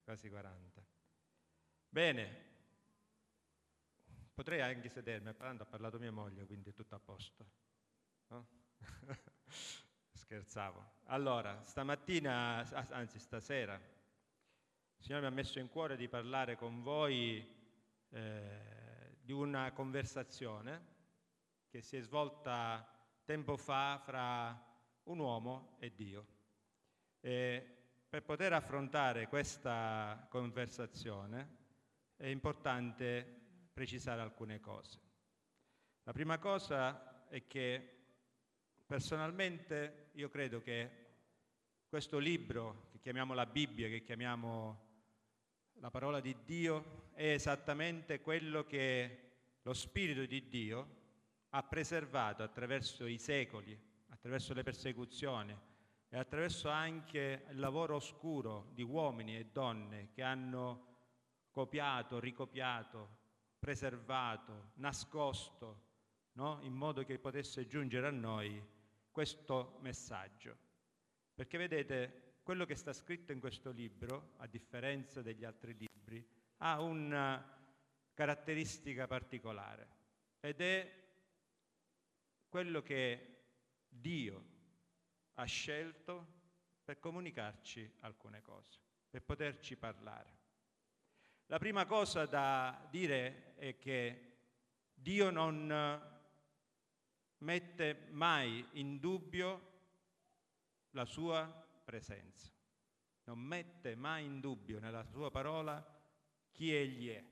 quasi 40. Bene, potrei anche sedermi, ha parlato mia moglie, quindi è tutto a posto. No? Scherzavo. Allora, stamattina, anzi stasera, il Signore mi ha messo in cuore di parlare con voi di una conversazione che si è svolta tempo fa fra un uomo e Dio. E per poter affrontare questa conversazione è importante precisare alcune cose. La prima cosa è che personalmente io credo che questo libro, che chiamiamo la Bibbia, che chiamiamo la parola di Dio, è esattamente quello che lo Spirito di Dio ha preservato attraverso i secoli, attraverso le persecuzioni e attraverso anche il lavoro oscuro di uomini e donne che hanno copiato, ricopiato, preservato, nascosto, no? In modo che potesse giungere a noi questo messaggio. Perché vedete, quello che sta scritto in questo libro, a differenza degli altri libri, ha una caratteristica particolare ed è quello che Dio ha scelto per comunicarci alcune cose, per poterci parlare. La prima cosa da dire è che Dio non mette mai in dubbio la sua presenza, non mette mai in dubbio nella sua parola chi egli è,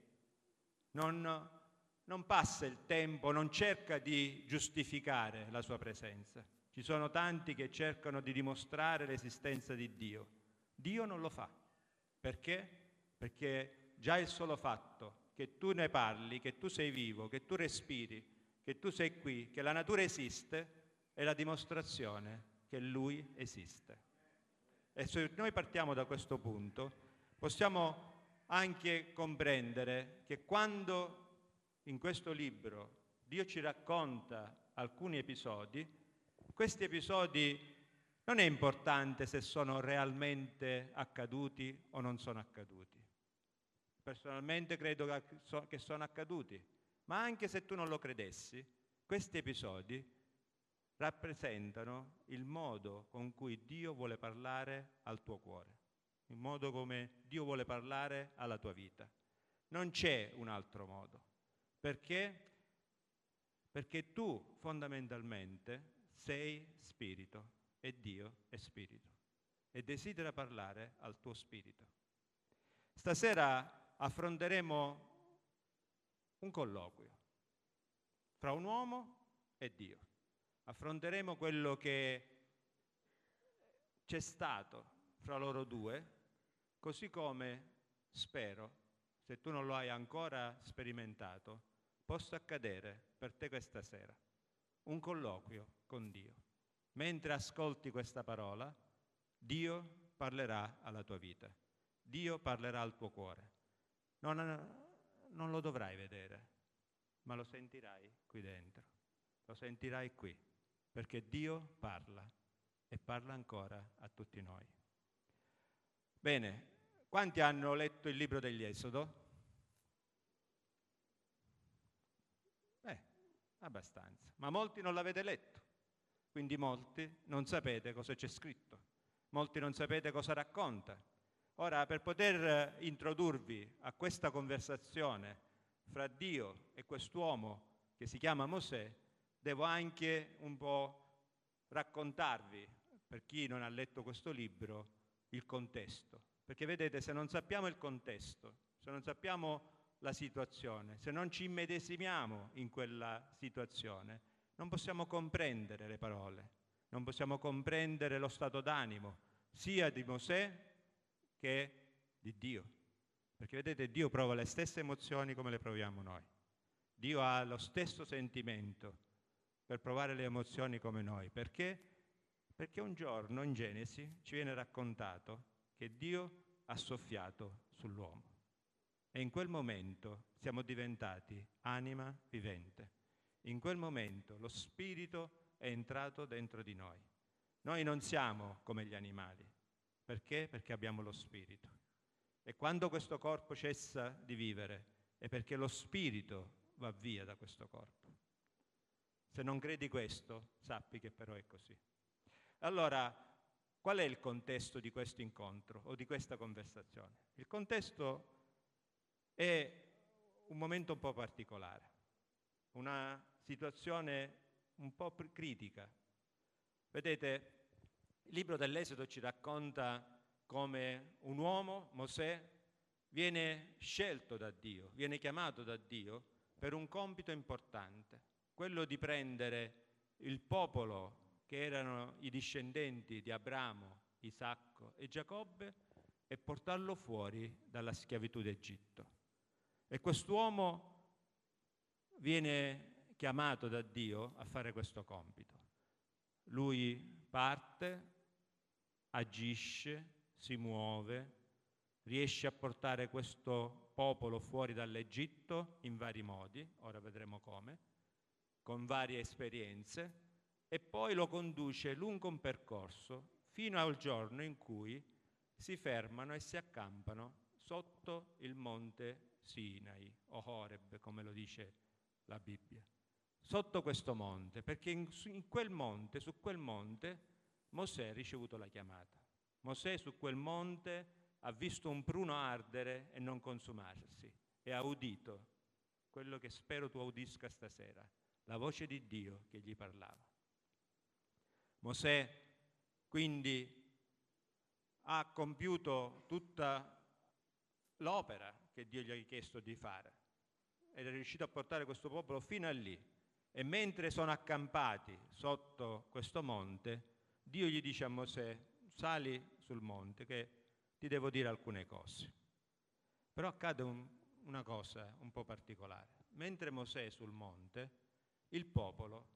non passa il tempo, non cerca di giustificare la sua presenza. Ci sono tanti che cercano di dimostrare l'esistenza di Dio. Dio non lo fa. Perché? Perché già il solo fatto che tu ne parli, che tu sei vivo, che tu respiri, che tu sei qui, che la natura esiste, è la dimostrazione che Lui esiste. E se noi partiamo da questo punto, possiamo anche comprendere che quando in questo libro Dio ci racconta alcuni episodi, questi episodi non è importante se sono realmente accaduti o non sono accaduti. Personalmente credo che sono accaduti, ma anche se tu non lo credessi, questi episodi rappresentano il modo con cui Dio vuole parlare al tuo cuore, il modo come Dio vuole parlare alla tua vita. Non c'è un altro modo. Perché? Perché tu fondamentalmente sei spirito e Dio è spirito e desidera parlare al tuo spirito. Stasera affronteremo un colloquio fra un uomo e Dio. Affronteremo quello che c'è stato fra loro due, così come spero, se tu non lo hai ancora sperimentato, possa accadere per te questa sera. Un colloquio con Dio. Mentre ascolti questa parola, Dio parlerà alla tua vita. Dio parlerà al tuo cuore. Non lo dovrai vedere, ma lo sentirai qui dentro. Lo sentirai qui, perché Dio parla e parla ancora a tutti noi. Bene, quanti hanno letto il libro degli Esodo? Abbastanza, ma molti non l'avete letto, quindi molti non sapete cosa c'è scritto, molti non sapete cosa racconta. Ora, per poter introdurvi a questa conversazione fra Dio e quest'uomo che si chiama Mosè, devo anche un po' raccontarvi, per chi non ha letto questo libro, il contesto. Perché vedete, se non sappiamo il contesto, se non sappiamo la situazione, se non ci immedesimiamo in quella situazione, non possiamo comprendere le parole, non possiamo comprendere lo stato d'animo, sia di Mosè che di Dio. Perché vedete, Dio prova le stesse emozioni come le proviamo noi. Dio ha lo stesso sentimento per provare le emozioni come noi. Perché? Perché un giorno in Genesi ci viene raccontato che Dio ha soffiato sull'uomo. E in quel momento siamo diventati anima vivente. In quel momento lo Spirito è entrato dentro di noi. Noi non siamo come gli animali. Perché? Perché abbiamo lo Spirito. E quando questo corpo cessa di vivere è perché lo spirito va via da questo corpo. Se non credi questo, sappi che però è così. Allora, qual è il contesto di questo incontro o di questa conversazione? Il contesto è un momento un po' particolare, una situazione un po' critica. Vedete, il libro dell'Esodo ci racconta come un uomo, Mosè, viene scelto da Dio, viene chiamato da Dio per un compito importante, quello di prendere il popolo che erano i discendenti di Abramo, Isacco e Giacobbe e portarlo fuori dalla schiavitù d'Egitto. E quest'uomo viene chiamato da Dio a fare questo compito. Lui parte, agisce, si muove, riesce a portare questo popolo fuori dall'Egitto in vari modi, ora vedremo come, con varie esperienze, e poi lo conduce lungo un percorso fino al giorno in cui si fermano e si accampano sotto il monte Sinai, o Horeb, come lo dice la Bibbia. Sotto questo monte, perché in quel monte, su quel monte, Mosè ha ricevuto la chiamata. Mosè su quel monte ha visto un pruno ardere e non consumarsi e ha udito quello che spero tu udisca stasera, la voce di Dio che gli parlava. Mosè quindi ha compiuto tutta l'opera che Dio gli ha chiesto di fare ed è riuscito a portare questo popolo fino a lì. E mentre sono accampati sotto questo monte, Dio gli dice a Mosè: sali sul monte che ti devo dire alcune cose. Però accade una cosa un po' particolare. Mentre Mosè è sul monte, il popolo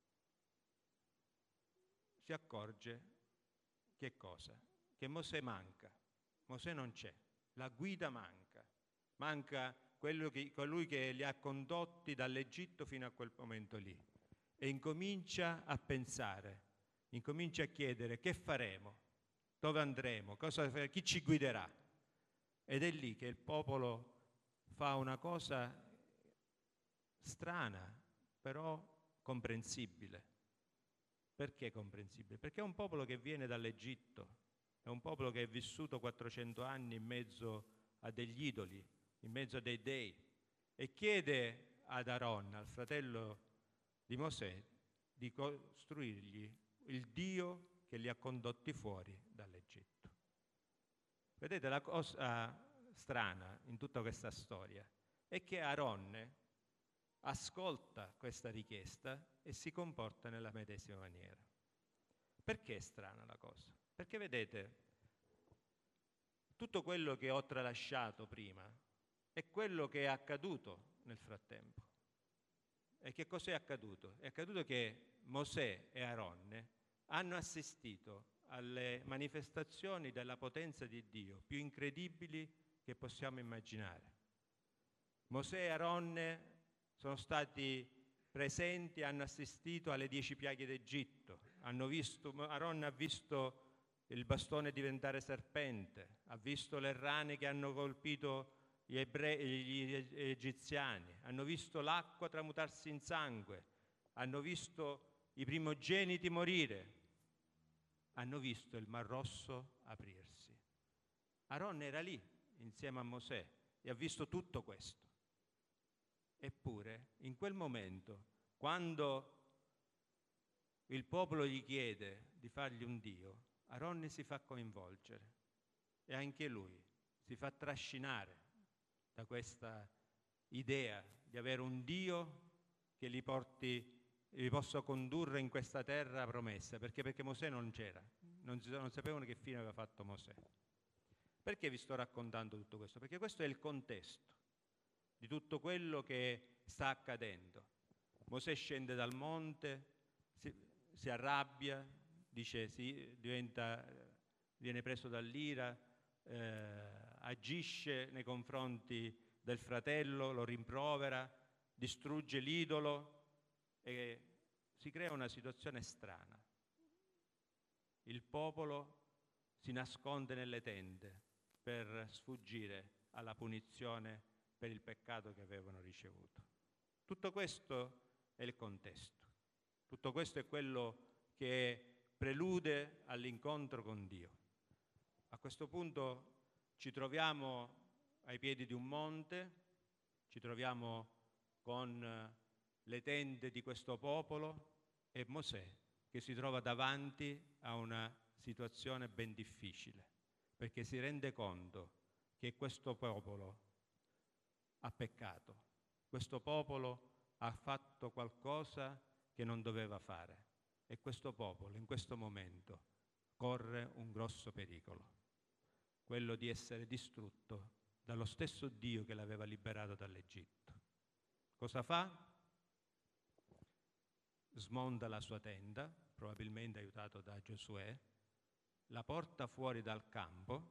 si accorge che cosa? Che Mosè manca, Mosè non c'è, la guida manca colui che li ha condotti dall'Egitto fino a quel momento lì. E incomincia a pensare, incomincia a chiedere: che faremo? Dove andremo? Chi ci guiderà? Ed è lì che il popolo fa una cosa strana, però comprensibile. Perché comprensibile? Perché è un popolo che viene dall'Egitto, è un popolo che è vissuto 400 anni in mezzo a degli idoli, in mezzo a dei dei, e chiede ad Aaron, al fratello di Mosè, di costruirgli il Dio che li ha condotti fuori dall'Egitto. Vedete, la cosa strana in tutta questa storia è che Aaron ascolta questa richiesta e si comporta nella medesima maniera. Perché è strana la cosa? Perché vedete, tutto quello che ho tralasciato prima è quello che è accaduto nel frattempo. E che cos'è accaduto? È accaduto che Mosè e Aaronne hanno assistito alle manifestazioni della potenza di Dio più incredibili che possiamo immaginare. Mosè e Aaronne sono stati presenti, hanno assistito alle 10 piaghe d'Egitto, Aaronne ha visto il bastone diventare serpente, ha visto le rane che hanno colpito gli egiziani, hanno visto l'acqua tramutarsi in sangue, hanno visto i primogeniti morire, hanno visto il Mar Rosso aprirsi. Aaronne era lì insieme a Mosè e ha visto tutto questo. Eppure, in quel momento, quando il popolo gli chiede di fargli un Dio, Aaronne si fa coinvolgere e anche lui si fa trascinare da questa idea di avere un Dio che li possa condurre in questa terra promessa, perché Mosè non c'era, non sapevano che fine aveva fatto Mosè. Perché vi sto raccontando tutto questo? Perché questo è il contesto di tutto quello che sta accadendo. Mosè scende dal monte, si arrabbia, dice viene preso dall'ira, agisce nei confronti del fratello, lo rimprovera, distrugge l'idolo e si crea una situazione strana. Il popolo si nasconde nelle tende per sfuggire alla punizione per il peccato che avevano ricevuto. Tutto questo è il contesto, tutto questo è quello che prelude all'incontro con Dio. A questo punto ci troviamo ai piedi di un monte, ci troviamo con le tende di questo popolo e Mosè che si trova davanti a una situazione ben difficile, perché si rende conto che questo popolo ha peccato, questo popolo ha fatto qualcosa che non doveva fare e questo popolo in questo momento corre un grosso pericolo, quello di essere distrutto dallo stesso Dio che l'aveva liberato dall'Egitto. Cosa fa? Smonta la sua tenda, probabilmente aiutato da Giosuè, la porta fuori dal campo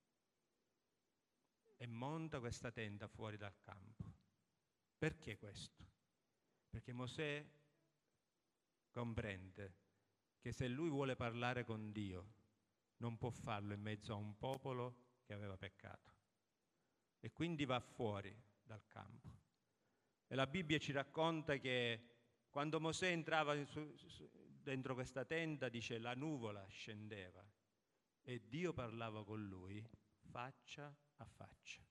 e monta questa tenda fuori dal campo. Perché questo? Perché Mosè comprende che se lui vuole parlare con Dio non può farlo in mezzo a un popolo che aveva peccato e quindi va fuori dal campo. E la Bibbia ci racconta che quando Mosè entrava dentro questa tenda, dice, la nuvola scendeva e Dio parlava con lui faccia a faccia.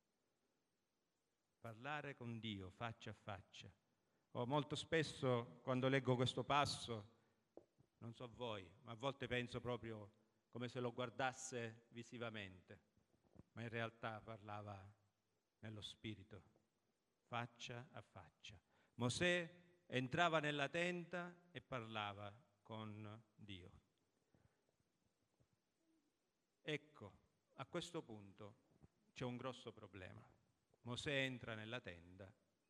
Parlare con Dio faccia a faccia. Molto spesso quando leggo questo passo, non so voi, ma a volte penso proprio come se lo guardasse visivamente, ma in realtà parlava nello spirito, faccia a faccia. Mosè entrava nella tenda e parlava con Dio. Ecco, a questo punto c'è un grosso problema. Mosè entra nella tenda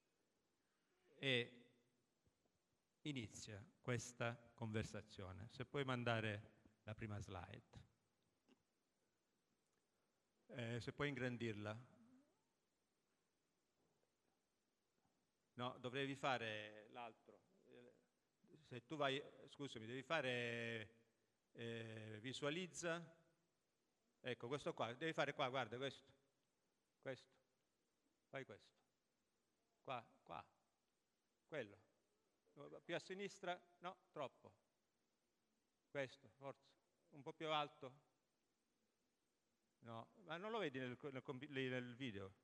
e inizia questa conversazione. Se puoi mandare la prima slide. Se puoi ingrandirla. No, dovevi fare l'altro. Se tu vai, scusami, devi fare visualizza. Ecco, questo qua, devi fare qua, guarda, questo. Fai questo. Qua, quello. Più a sinistra, no, troppo. Questo, forza. Un po' più alto. No, ma non lo vedi nel video?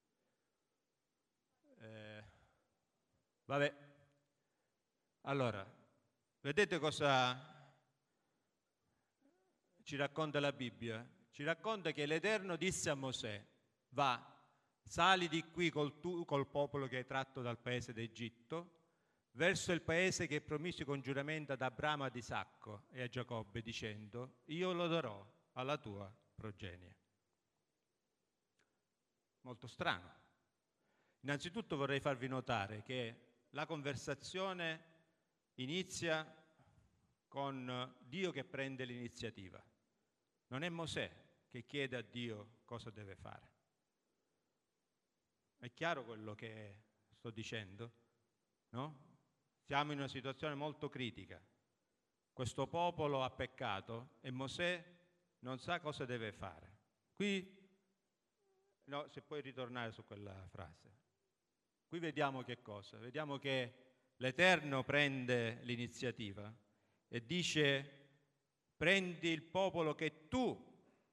Vabbè. Allora, vedete cosa ci racconta la Bibbia? Ci racconta che l'Eterno disse a Mosè, va, sali di qui col popolo che hai tratto dal paese d'Egitto, verso il paese che promisi con giuramento ad Abramo, ad Isacco e a Giacobbe, dicendo, io lo darò alla tua progenie. Molto strano. Innanzitutto vorrei farvi notare che la conversazione inizia con Dio che prende l'iniziativa. Non è Mosè che chiede a Dio cosa deve fare. È chiaro quello che sto dicendo? No? Siamo in una situazione molto critica. Questo popolo ha peccato e Mosè non sa cosa deve fare. Qui, no, se puoi ritornare su quella frase. Qui vediamo che cosa? Vediamo che l'Eterno prende l'iniziativa e dice prendi il popolo che tu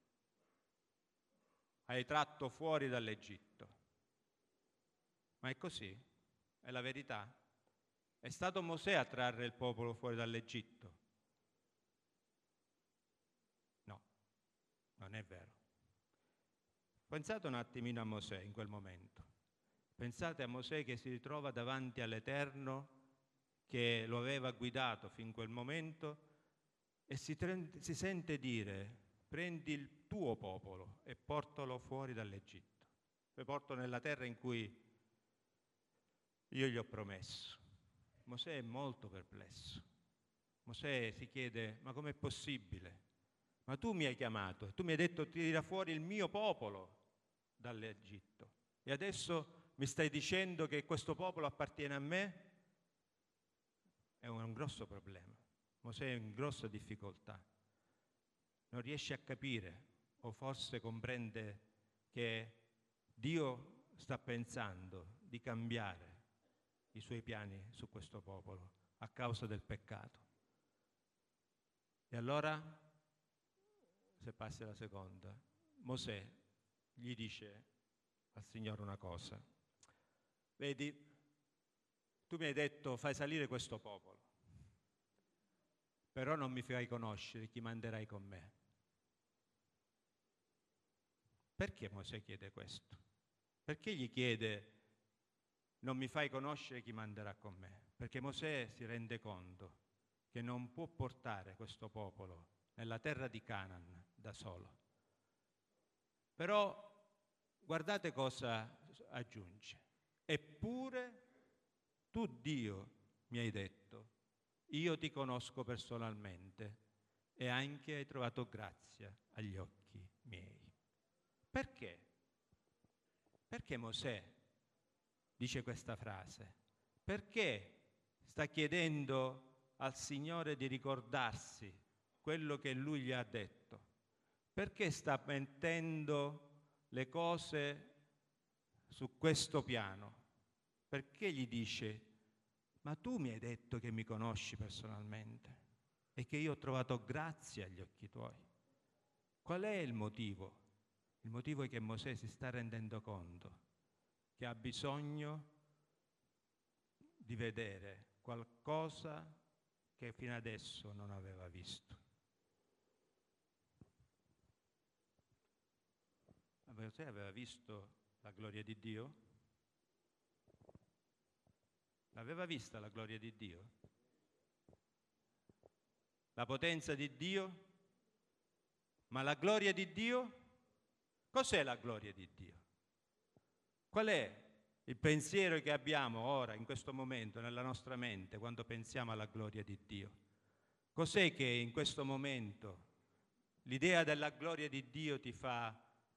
hai tratto fuori dall'Egitto. Ma è così? È la verità? È stato Mosè a trarre il popolo fuori dall'Egitto? No, non è vero. Pensate un attimino a Mosè in quel momento. Pensate a Mosè che si ritrova davanti all'Eterno che lo aveva guidato fin in quel momento e si sente dire prendi il tuo popolo e portalo fuori dall'Egitto. Lo porto nella terra in cui io gli ho promesso. Mosè è molto perplesso. Mosè si chiede ma com'è possibile? Ma tu mi hai chiamato, tu mi hai detto tira fuori il mio popolo dall'Egitto e adesso mi stai dicendo che questo popolo appartiene a me? È un grosso problema. Mosè è in grossa difficoltà. Non riesce a capire o forse comprende che Dio sta pensando di cambiare i suoi piani su questo popolo a causa del peccato. E allora, se passi alla seconda, Mosè gli dice al Signore una cosa: vedi, tu mi hai detto fai salire questo popolo, però non mi fai conoscere chi manderai con me. Perché Mosè chiede questo? Perché gli chiede non mi fai conoscere chi manderà con me? Perché Mosè si rende conto che non può portare questo popolo nella terra di Canaan da solo. Però guardate cosa aggiunge. Eppure tu, Dio, mi hai detto, io ti conosco personalmente e anche hai trovato grazia agli occhi miei. Perché? Perché Mosè dice questa frase? Perché sta chiedendo al Signore di ricordarsi quello che Lui gli ha detto? Perché sta mettendo le cose su questo piano? Perché gli dice, ma tu mi hai detto che mi conosci personalmente e che io ho trovato grazia agli occhi tuoi. Qual è il motivo? Il motivo è che Mosè si sta rendendo conto che ha bisogno di vedere qualcosa che fino adesso non aveva visto. Mosè aveva visto la gloria di Dio? L'aveva vista la gloria di Dio? La potenza di Dio? Ma la gloria di Dio? Cos'è la gloria di Dio? Qual è il pensiero che abbiamo ora, in questo momento, nella nostra mente, quando pensiamo alla gloria di Dio? Cos'è che in questo momento l'idea della gloria di Dio ti fa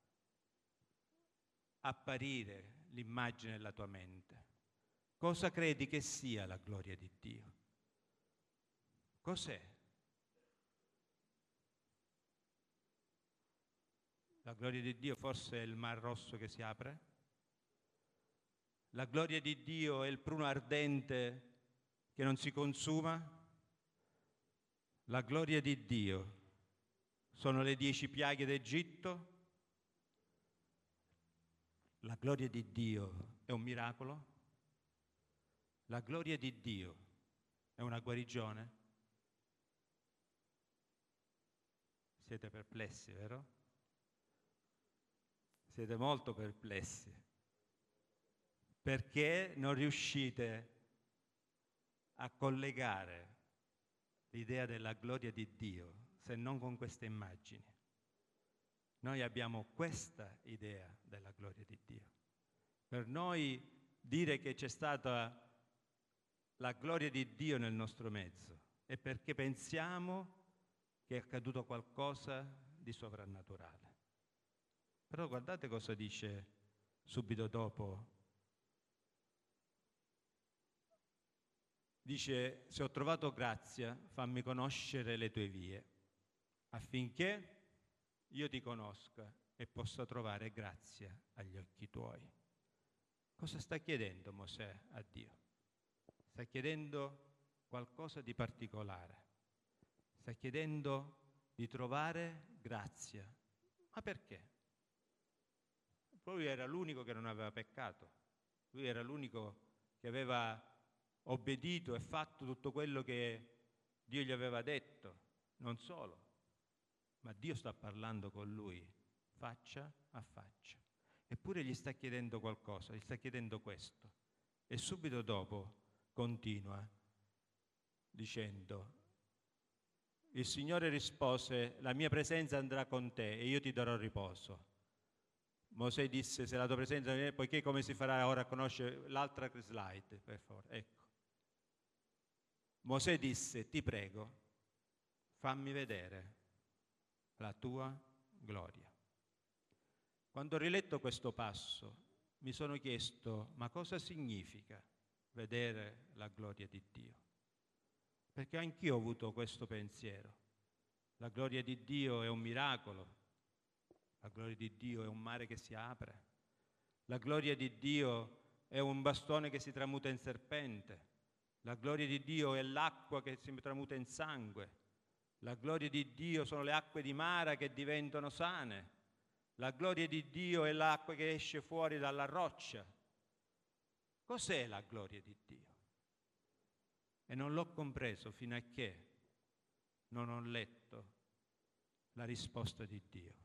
apparire l'immagine nella tua mente? Cosa credi che sia la gloria di Dio? Cos'è? La gloria di Dio forse è il Mar Rosso che si apre? La gloria di Dio è il pruno ardente che non si consuma? La gloria di Dio sono le 10 piaghe d'Egitto? La gloria di Dio è un miracolo? La gloria di Dio è una guarigione? Siete perplessi, vero? Siete molto perplessi. Perché non riuscite a collegare l'idea della gloria di Dio se non con queste immagini? Noi abbiamo questa idea della gloria di Dio. Per noi dire che c'è stata la gloria di Dio nel nostro mezzo è perché pensiamo che è accaduto qualcosa di sovrannaturale. Però guardate cosa dice subito dopo. Dice, se ho trovato grazia, fammi conoscere le tue vie, affinché io ti conosca e possa trovare grazia agli occhi tuoi. Cosa sta chiedendo Mosè a Dio? Sta chiedendo qualcosa di particolare. Sta chiedendo di trovare grazia. Ma perché? Lui era l'unico che non aveva peccato. Lui era l'unico che aveva obbedito e fatto tutto quello che Dio gli aveva detto. Non solo, ma Dio sta parlando con lui faccia a faccia. Eppure gli sta chiedendo qualcosa, gli sta chiedendo questo. E subito dopo continua dicendo, il Signore rispose, la mia presenza andrà con te e io ti darò riposo. Mosè disse, se la tua presenza viene, poiché come si farà ora a conoscere l'altra slide, per favore, ecco. Mosè disse, ti prego, fammi vedere la tua gloria. Quando ho riletto questo passo mi sono chiesto, ma cosa significa vedere la gloria di Dio? Perché anch'io ho avuto questo pensiero. La gloria di Dio è un miracolo, La gloria di Dio è un mare che si apre. La gloria di Dio è un bastone che si tramuta in serpente. La gloria di Dio è l'acqua che si tramuta in sangue. La gloria di Dio sono le acque di Mara che diventano sane. La gloria di Dio è l'acqua che esce fuori dalla roccia. Cos'è la gloria di Dio? E non l'ho compreso fino a che non ho letto la risposta di Dio.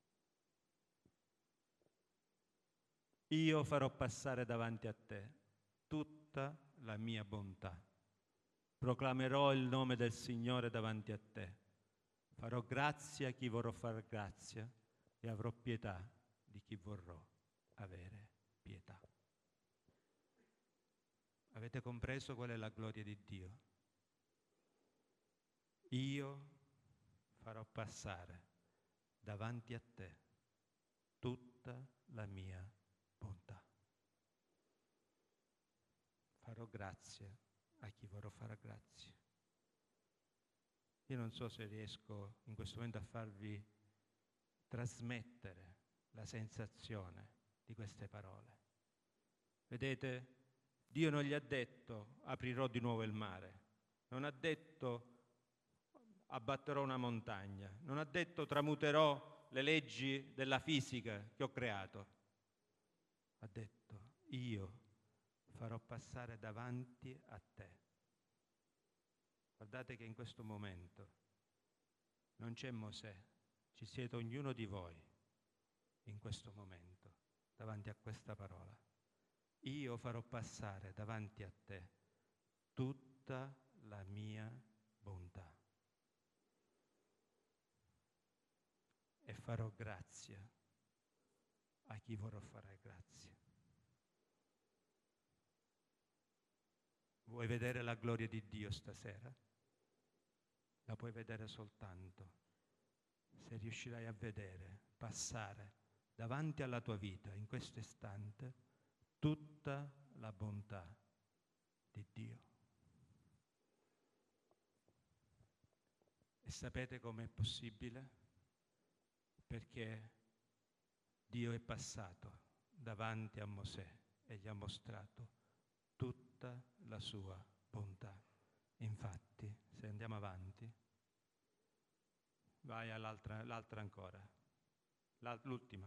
Io farò passare davanti a te tutta la mia bontà. Proclamerò il nome del Signore davanti a te. Farò grazia a chi vorrò far grazia e avrò pietà di chi vorrò avere pietà. Avete compreso qual è la gloria di Dio? Io farò passare davanti a te tutta la mia bontà. Farò grazia a chi vorrò fare grazia. Io non so se riesco in questo momento a farvi trasmettere la sensazione di queste parole. Vedete, Dio non gli ha detto aprirò di nuovo il mare, non ha detto abbatterò una montagna, non ha detto tramuterò le leggi della fisica che ho creato. Ha detto io farò passare davanti a te. Guardate che in questo momento non c'è Mosè, ci siete ognuno di voi in questo momento davanti a questa parola. Io farò passare davanti a te tutta la mia bontà e farò grazia a chi vorrò fare grazia. Vuoi vedere la gloria di Dio stasera? La puoi vedere soltanto se riuscirai a vedere passare davanti alla tua vita in questo istante tutta la bontà di Dio. E sapete com'è possibile? Perché Dio è passato davanti a Mosè e gli ha mostrato tutta la sua bontà. Infatti, se andiamo avanti, vai l'altra ancora, l'ultima.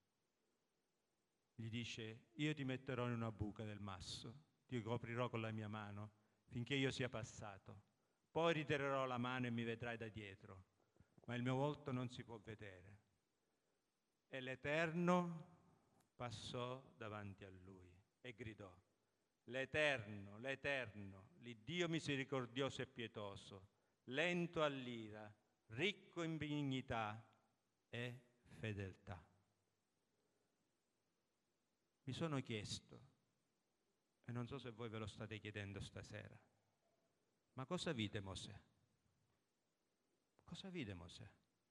Gli dice, io ti metterò in una buca del masso, ti coprirò con la mia mano finché io sia passato. Poi ritirerò la mano e mi vedrai da dietro, ma il mio volto non si può vedere. E l'Eterno passò davanti a lui e gridò, l'Eterno, l'Eterno, l'Iddio misericordioso e pietoso, lento all'ira, ricco in benignità e fedeltà. Mi sono chiesto, e non so se voi ve lo state chiedendo stasera, ma cosa vide Mosè? Cosa vide Mosè?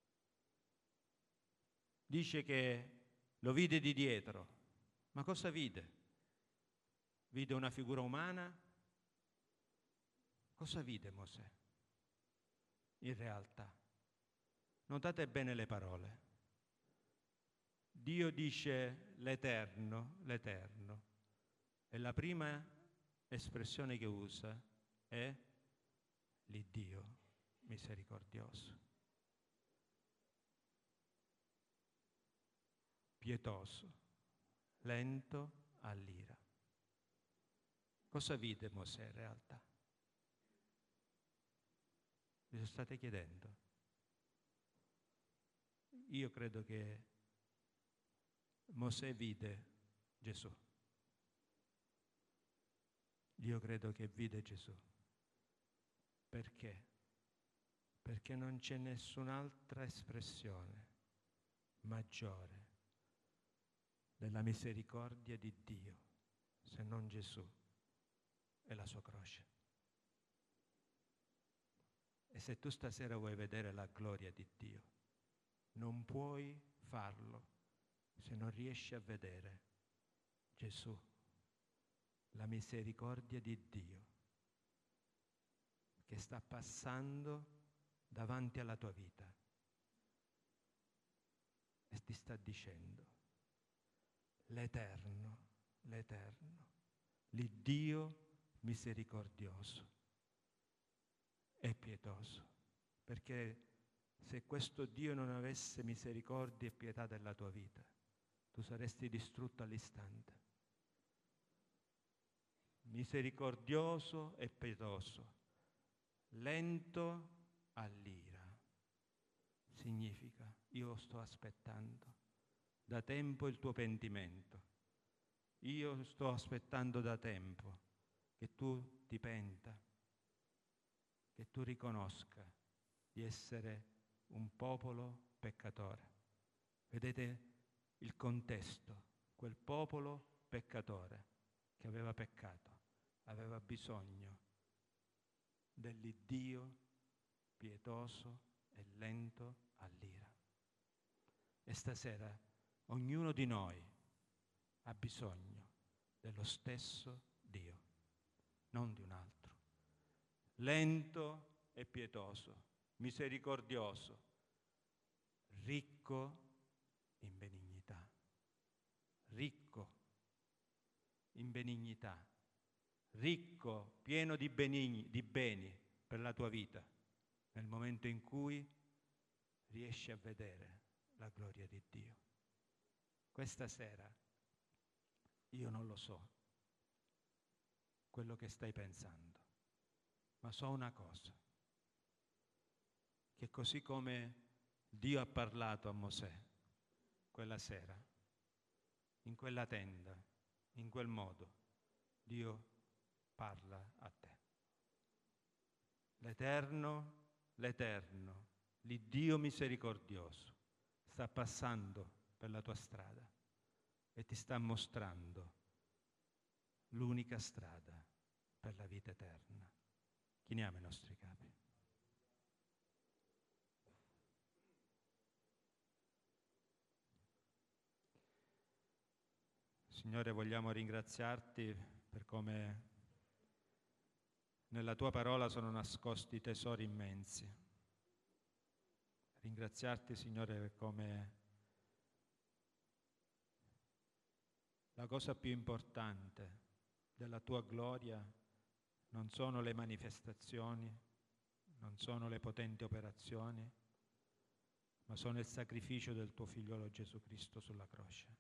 Dice che lo vide di dietro, ma cosa vide? Vide una figura umana? Cosa vide Mosè? In realtà, notate bene le parole. Dio dice l'Eterno, l'Eterno, e la prima espressione che usa è l'Iddio misericordioso, pietoso, lento all'ira. Cosa vide Mosè in realtà? Vi lo state chiedendo? Io credo che Mosè vide Gesù. Io credo che vide Gesù. Perché? Perché non c'è nessun'altra espressione maggiore della misericordia di Dio se non Gesù e la sua croce. E se tu stasera vuoi vedere la gloria di Dio, non puoi farlo se non riesci a vedere Gesù, la misericordia di Dio che sta passando davanti alla tua vita e ti sta dicendo: l'Eterno, l'Iddio misericordioso e pietoso. Perché se questo Dio non avesse misericordia e pietà della tua vita, tu saresti distrutto all'istante. Misericordioso e pietoso, lento all'ira. Significa: io sto aspettando da tempo il tuo pentimento. Io sto aspettando da tempo che tu ti penta, che tu riconosca di essere un popolo peccatore. Vedete il contesto: quel popolo peccatore che aveva peccato aveva bisogno dell'Iddio pietoso e lento all'ira. E stasera ognuno di noi ha bisogno dello stesso Dio, non di un altro. Lento e pietoso, misericordioso, ricco in benignità. Ricco in benignità. Ricco, pieno di beni per la tua vita, nel momento in cui riesci a vedere la gloria di Dio. Questa sera io non lo so quello che stai pensando, ma so una cosa, che così come Dio ha parlato a Mosè quella sera, in quella tenda, in quel modo, Dio parla a te. L'Eterno, l'Iddio misericordioso, sta passando per la tua strada e ti sta mostrando l'unica strada per la vita eterna. Chiniamo i nostri capi. Signore, vogliamo ringraziarti per come nella tua parola sono nascosti tesori immensi. Ringraziarti, Signore, per come la cosa più importante della tua gloria non sono le manifestazioni, non sono le potenti operazioni, ma sono il sacrificio del tuo figliolo Gesù Cristo sulla croce.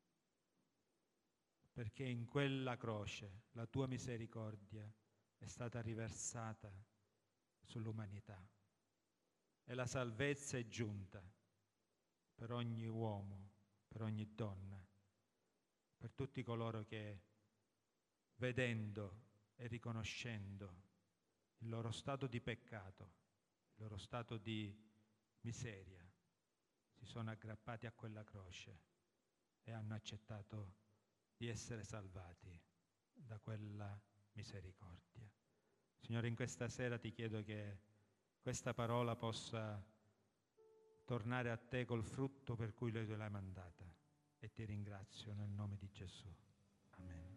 Perché in quella croce la tua misericordia è stata riversata sull'umanità e la salvezza è giunta per ogni uomo, per ogni donna, per tutti coloro che, vedendo e riconoscendo il loro stato di peccato, il loro stato di miseria, si sono aggrappati a quella croce e hanno accettato di essere salvati da quella misericordia. Signore, in questa sera ti chiedo che questa parola possa tornare a te col frutto per cui tu l'hai mandata, e ti ringrazio nel nome di Gesù. Amen.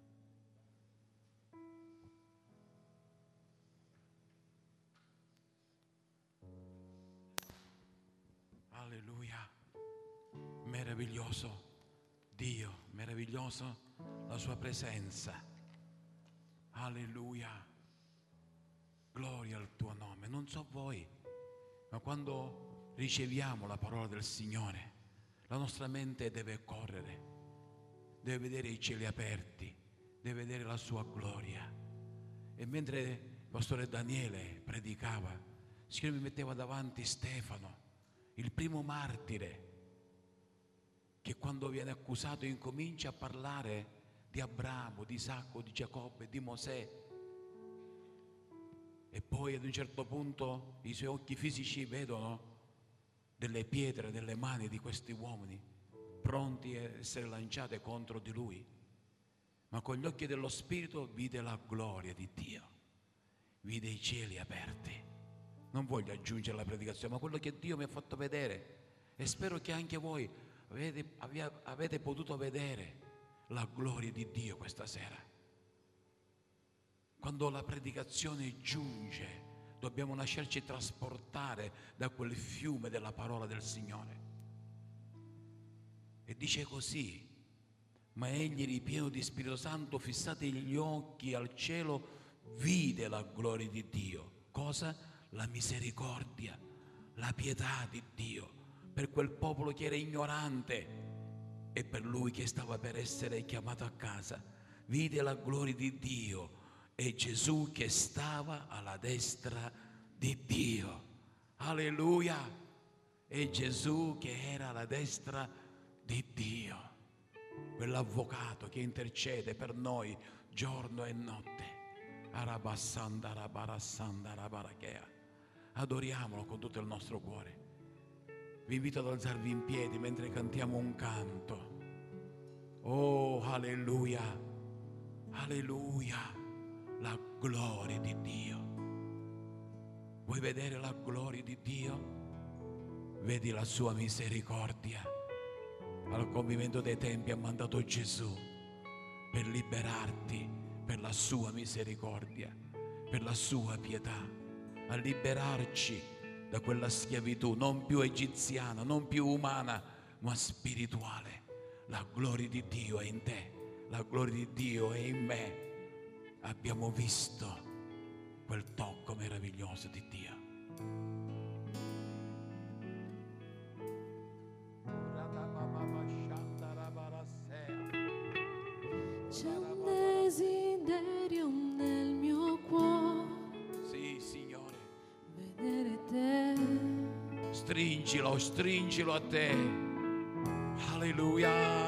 Alleluia, meraviglioso Dio, meraviglioso la sua presenza. Alleluia, gloria al tuo nome. Non so voi, ma quando riceviamo la parola del Signore, la nostra mente deve correre, deve vedere i cieli aperti, deve vedere la sua gloria. E mentre il pastore Daniele predicava, il Signore mi metteva davanti Stefano, il primo martire, che quando viene accusato incomincia a parlare di Abramo, di Isacco, di Giacobbe, di Mosè, e poi ad un certo punto i suoi occhi fisici vedono delle pietre nelle mani di questi uomini pronti a essere lanciate contro di lui, ma con gli occhi dello Spirito vide la gloria di Dio, vide i cieli aperti. Non voglio aggiungere la predicazione, ma quello che Dio mi ha fatto vedere, e spero che anche voi avete potuto vedere la gloria di Dio questa sera. Quando la predicazione giunge, dobbiamo lasciarci trasportare da quel fiume della parola del Signore. E dice così: ma egli, ripieno di Spirito Santo, fissati gli occhi al cielo, vide la gloria di Dio. Cosa? La misericordia, la pietà di Dio per quel popolo che era ignorante e per lui che stava per essere chiamato a casa. Vide la gloria di Dio e Gesù che stava alla destra di Dio. Alleluia! E Gesù che era alla destra di Dio, quell'avvocato che intercede per noi giorno e notte. Arabassanda, rabarassanda, rabarachea. Adoriamolo con tutto il nostro cuore. Vi invito ad alzarvi in piedi mentre cantiamo un canto. Oh, alleluia, alleluia, la gloria di Dio. Vuoi vedere la gloria di Dio? Vedi la sua misericordia. Al compimento dei tempi ha mandato Gesù per liberarti, per la sua misericordia, per la sua pietà, a liberarci da quella schiavitù non più egiziana, non più umana, ma spirituale. La gloria di Dio è in te, la gloria di Dio è in me. Abbiamo visto quel tocco meraviglioso di Dio. C'è un desiderio nel mio cuore. Sì, Signore. Vedere te. Stringilo a te. Alleluia.